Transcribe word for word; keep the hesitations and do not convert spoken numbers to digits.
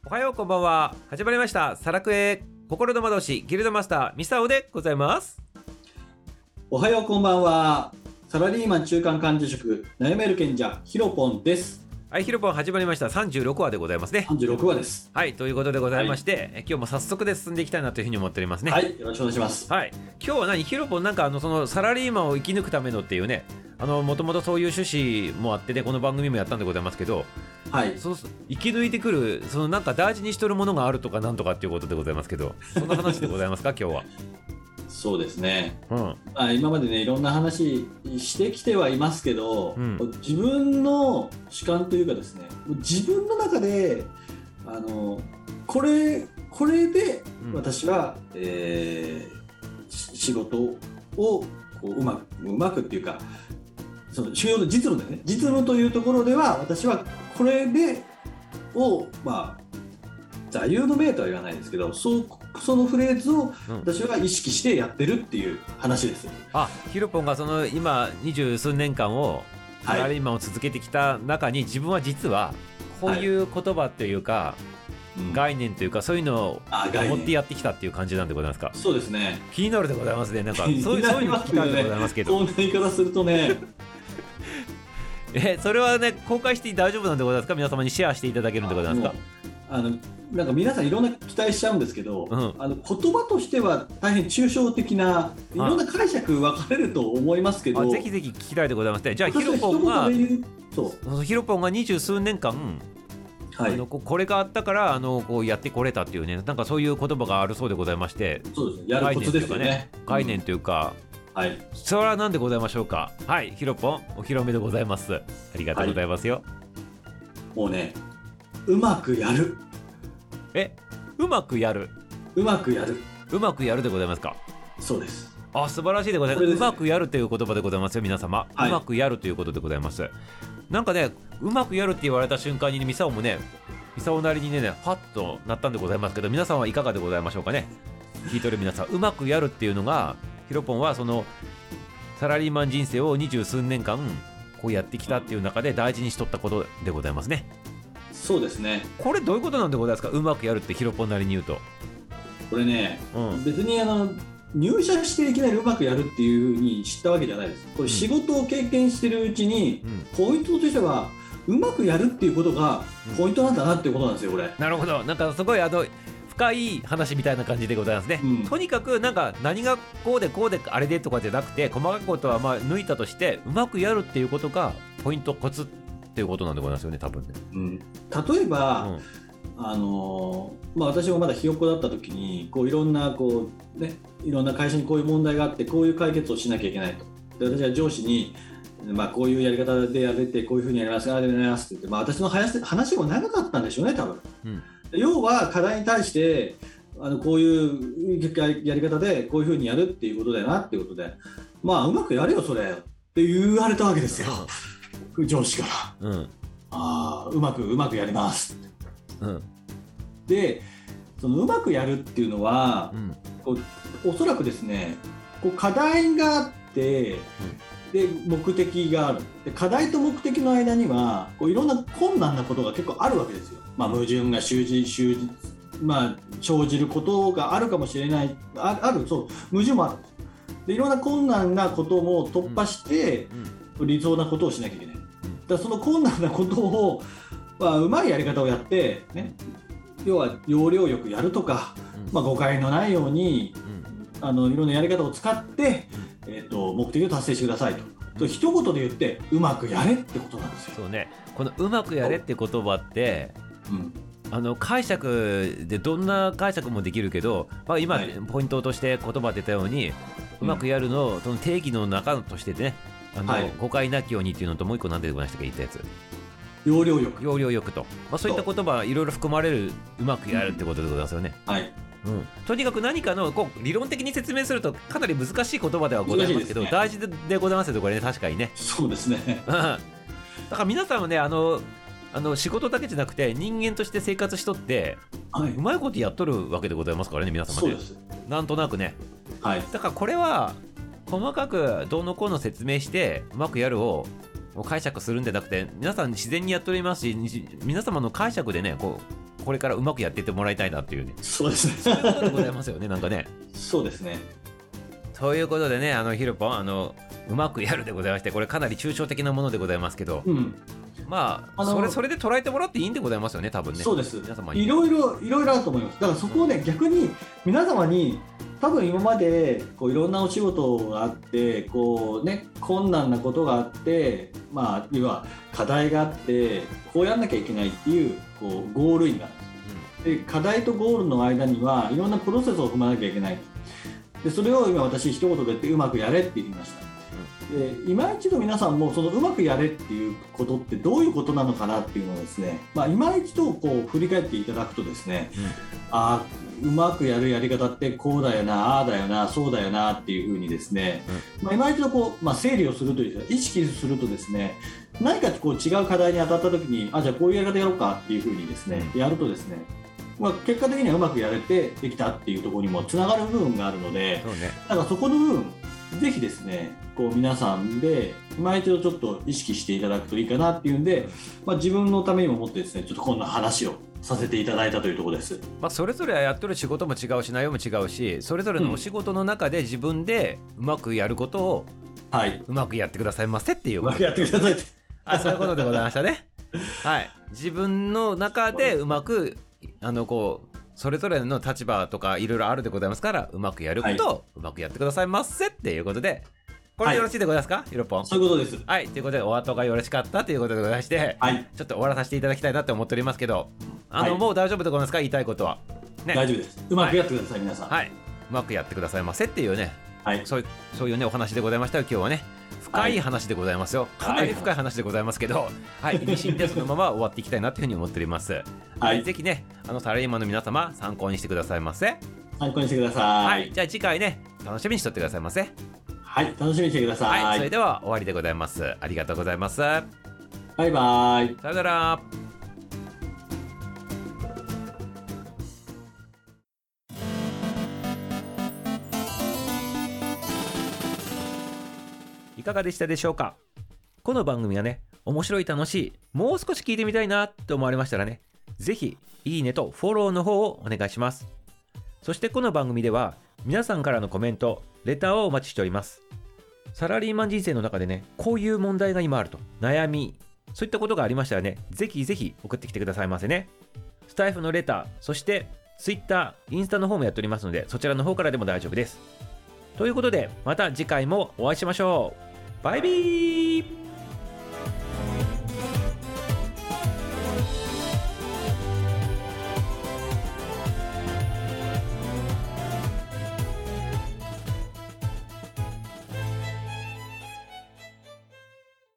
おはよう、こんばんは。始まりましたサラクエ心の魔導士ギルドマスターミサオでございます。 おはよう、こんばんは。サラリーマン中間管理職悩める賢者ヒロポンです。 はい、ヒロポン始まりました。さんじゅうろくわでございますね。 さんじゅうろくわです。 はい、ということでございまして、はい、え今日も早速で進んでいきたいなというふうに思っておりますね。 はい、よろしくお願いします。 はい、今日は何ヒロポンなんかあのそのサラリーマンを生き抜くためのっていうね、あのもともとそういう趣旨もあってね、この番組もやったんでございますけど、 はい、 そう生き抜いてくるそのなんか大事にしとるものがあるとかなんとかっていうことでございますけど、そんな話でございますか今日は。 そうですね、 うん、 あ今までねいろんな話してきてはいますけど、うん、自分の主観というかですね、自分の中であのこれこれで私は、うんえー、仕事をこううまくうまくっていうか、その仕事実務でね実務というところでは私はこれでをまあ座右の銘とは言わないですけど、そうそのフレーズを私は意識してやってるっていう話です。うん、 あ、ヒロポンがその今二十数年間をサラリーマンを続けてきた中に、はい、自分は実はこういう言葉というか、はいうん、概念というかそういうのを持ってやってきたっていう感じなんでございますか。 そうですね。 気になるでございますね。なんかそういうそういうの聞きたいでございますけど。 そんな言い方するとね。 えそれはね公開して大丈夫なんでございますか。皆様にシェアしていただけるんでございますか。 あのなんか皆さんいろんな期待しちゃうんですけど、うん、あの言葉としては大変抽象的ないろんな解釈分かれると思いますけど、 ぜひぜひ聞きたいでございますね。じゃあヒロポンがそうヒロポンが二十数年間、はい、あのこれがあったからあのこうやってこれたっていうね、なんかそういう言葉があるそうでございまして、 そうですね、やるコツですよね。 概念というか、うん、はい、それは何でございましょうか。はい、ヒロポンお披露目でございます。ありがとうございますよ。はい、 もうね、うまくやる。 え、うまくやる。 うまくやる。 うまくやるでございますか。 そうです。 あ、素晴らしいでございます。うまくやるという言葉でございますよ、皆様。はい、うまくやるということでございます。なんかね、うまくやるって言われた瞬間に、ね、ミサオもね、ミサオなりにね、ファッとなったんでございますけど、皆さんはいかがでございましょうかね。聞いてる皆さん、うまくやるっていうのが、ヒロポンはそのサラリーマン人生を二十数年間こうやってきたっていう中で大事にしとったことでございますね。 そうですね。 これどういうことなんでございますか。うまくやるってヒロポンなりに言うと、 これね、うん、別にあの入社していきなりうまくやるっていう風に知ったわけじゃないです。これ仕事を経験してるうちに、うん、ポイントとしてはうまくやるっていうことがポイントなんだなっていうことなんですよ、これ。 なるほど。なんかすごいあの深い話みたいな感じでございますね。うん、とにかくなんか何がこうでこうであれでとかじゃなくて、細かいことはまあ抜いたとしてうまくやるっていうことがポイントコツっていうことなんでございますよね、多分ね。 うん、例えば、うん、あのまあ、私もまだひよっこだった時にこういろんなこう、ね、いろんな会社にこういう問題があってこういう解決をしなきゃいけないと。で私は上司に、まあ、こういうやり方でやれてこういうふうにやりますああでやりますって言って、まあ、私の話話も長かったんでしょうね多分、うん、要は課題に対してあのこういうやり方でこういうふうにやるっていうことだよなっていうことで、まあうまくやれよそれって言われたわけですよ上司から、うん、あうまくうまくやります、うん、でそのうまくやるっていうのは、うん、こうおそらくですねこう課題があって、うん、で目的がある。で課題と目的の間にはこういろんな困難なことが結構あるわけですよ。まあ、矛盾が生じ、生じ、まあ、生じることがあるかもしれない あ, あるそう矛盾もある。でいろんな困難なことも突破して、うん、理想なことをしなきゃいけない。だからその困難なことを、まあ、うまいやり方をやって、ね、要は要領よくやるとか、うんまあ、誤解のないように、うん、あのいろんなやり方を使って、うんえー、と目的を達成してくださいと。と一言で言ってうまくやれってことなんですよ。 そうね、このうまくやれって言葉って、うん、あの解釈でどんな解釈もできるけど、まあ、今、はい、ポイントとして言葉出たように、うまくやるのその定義の中としてね、あの、はい、誤解なきようにっていうのともう一個何でございましたっけ言ったやつ。 要領よく要領よくと、まあ、そういった言葉いろいろ含まれるうまくやるってことでございますよね。 うん、はいうん、とにかく何かのこう理論的に説明するとかなり難しい言葉ではございますけど、ね、大事でございますよこれね。確かにね。 そうですねだから皆さんはねあのあの仕事だけじゃなくて人間として生活しとって、はい、うまいことやっとるわけでございますからね皆様ね。 そうです。 なんとなくね、 はい、 だからこれは細かくどうのこうの説明してうまくやるを解釈するんでなくて、皆さん自然にやっておりますし、皆様の解釈でねこうこれからうまくやっていってもらいたいなっていうね、 そうですね。 そういうことでございますよね。なんかね。 そうですね。 ということでね、あのヒロポン、あのうまくやるでございまして、これかなり抽象的なものでございますけど、 うん。 まああのそれそれで捉えてもらっていいんでございますよね、多分ね。 そうです。 皆様にいろいろいろいろあると思います。だからそこをね、逆に皆様に多分今までこういろんなお仕事があってこうね困難なことがあって、まあ要は課題があってこうやんなきゃいけないっていうこうゴールインがある。で課題とゴールの間にはいろんなプロセスを踏まなきゃいけない。でそれを今私一言で言ってうまくやれって言いました。で今一度皆さんもそのうまくやれっていうことってどういうことなのかなっていうのをですね、まあ、今一度こう振り返っていただくとですね、うん、あうまくやるやり方ってこうだよなああだよなそうだよなっていうふうにですね、うんまあ、今一度こう、まあ、整理をするというか意識するとですね何かこう違う課題に当たった時にあじゃあこういうやり方やろうかっていうふうにですね、うん、やるとですねまあ、結果的にはうまくやれてできたっていうところにもつながる部分があるので、そうね、だからそこの部分ぜひですねこう皆さんで今一度ちょっと意識していただくといいかなっていうんで、まあ、自分のためにも思ってですねちょっとこんな話をさせていただいたというところです、 まあ、それぞれやってる仕事も違うし内容も違うしそれぞれのお仕事の中で自分でうまくやることを、はい、うまくやってくださいませっていううまくやってくださいってあそういうことでございましたねはい自分の中でうまくあのこうそれぞれの立場とかいろいろあるでございますからうまくやることをうまくやってくださいませっていうことでこれでよろしいでございますか、はい、ヒロポンそういうことです。 はいということでお後がよろしかったということでございまして、はい、ちょっと終わらさせていただきたいなと思っておりますけどあの、はい、もう大丈夫でございますか言いたいことは、 ね、大丈夫ですうまくやってください、はい、皆さんはいうまくやってくださいませっていうね、はい、そういう、そういうねお話でございましたよ今日はね深い話でございますよ、はい、かなり深い話でございますけど、はい、意味深でそのまま終わっていきたいなというふうに思っております、はい、ぜひねあのサラリーマンの皆様参考にしてくださいませ参考にしてください、はい、 じゃあ次回ね楽しみにしとってくださいませはい楽しみにしてください、 はい、それでは終わりでございますありがとうございますバイバイさよならいかがでしたでしょうか。この番組はね面白い楽しいもう少し聞いてみたいなと思われましたらねぜひいいねとフォローの方をお願いします。そしてこの番組では皆さんからのコメントレターをお待ちしております。サラリーマン人生の中でねこういう問題が今あると悩みそういったことがありましたらねぜひぜひ送ってきてくださいませね。スタイフのレターそしてツイッターインスタの方もやっておりますのでそちらの方からでも大丈夫です。ということでまた次回もお会いしましょう。バイビー。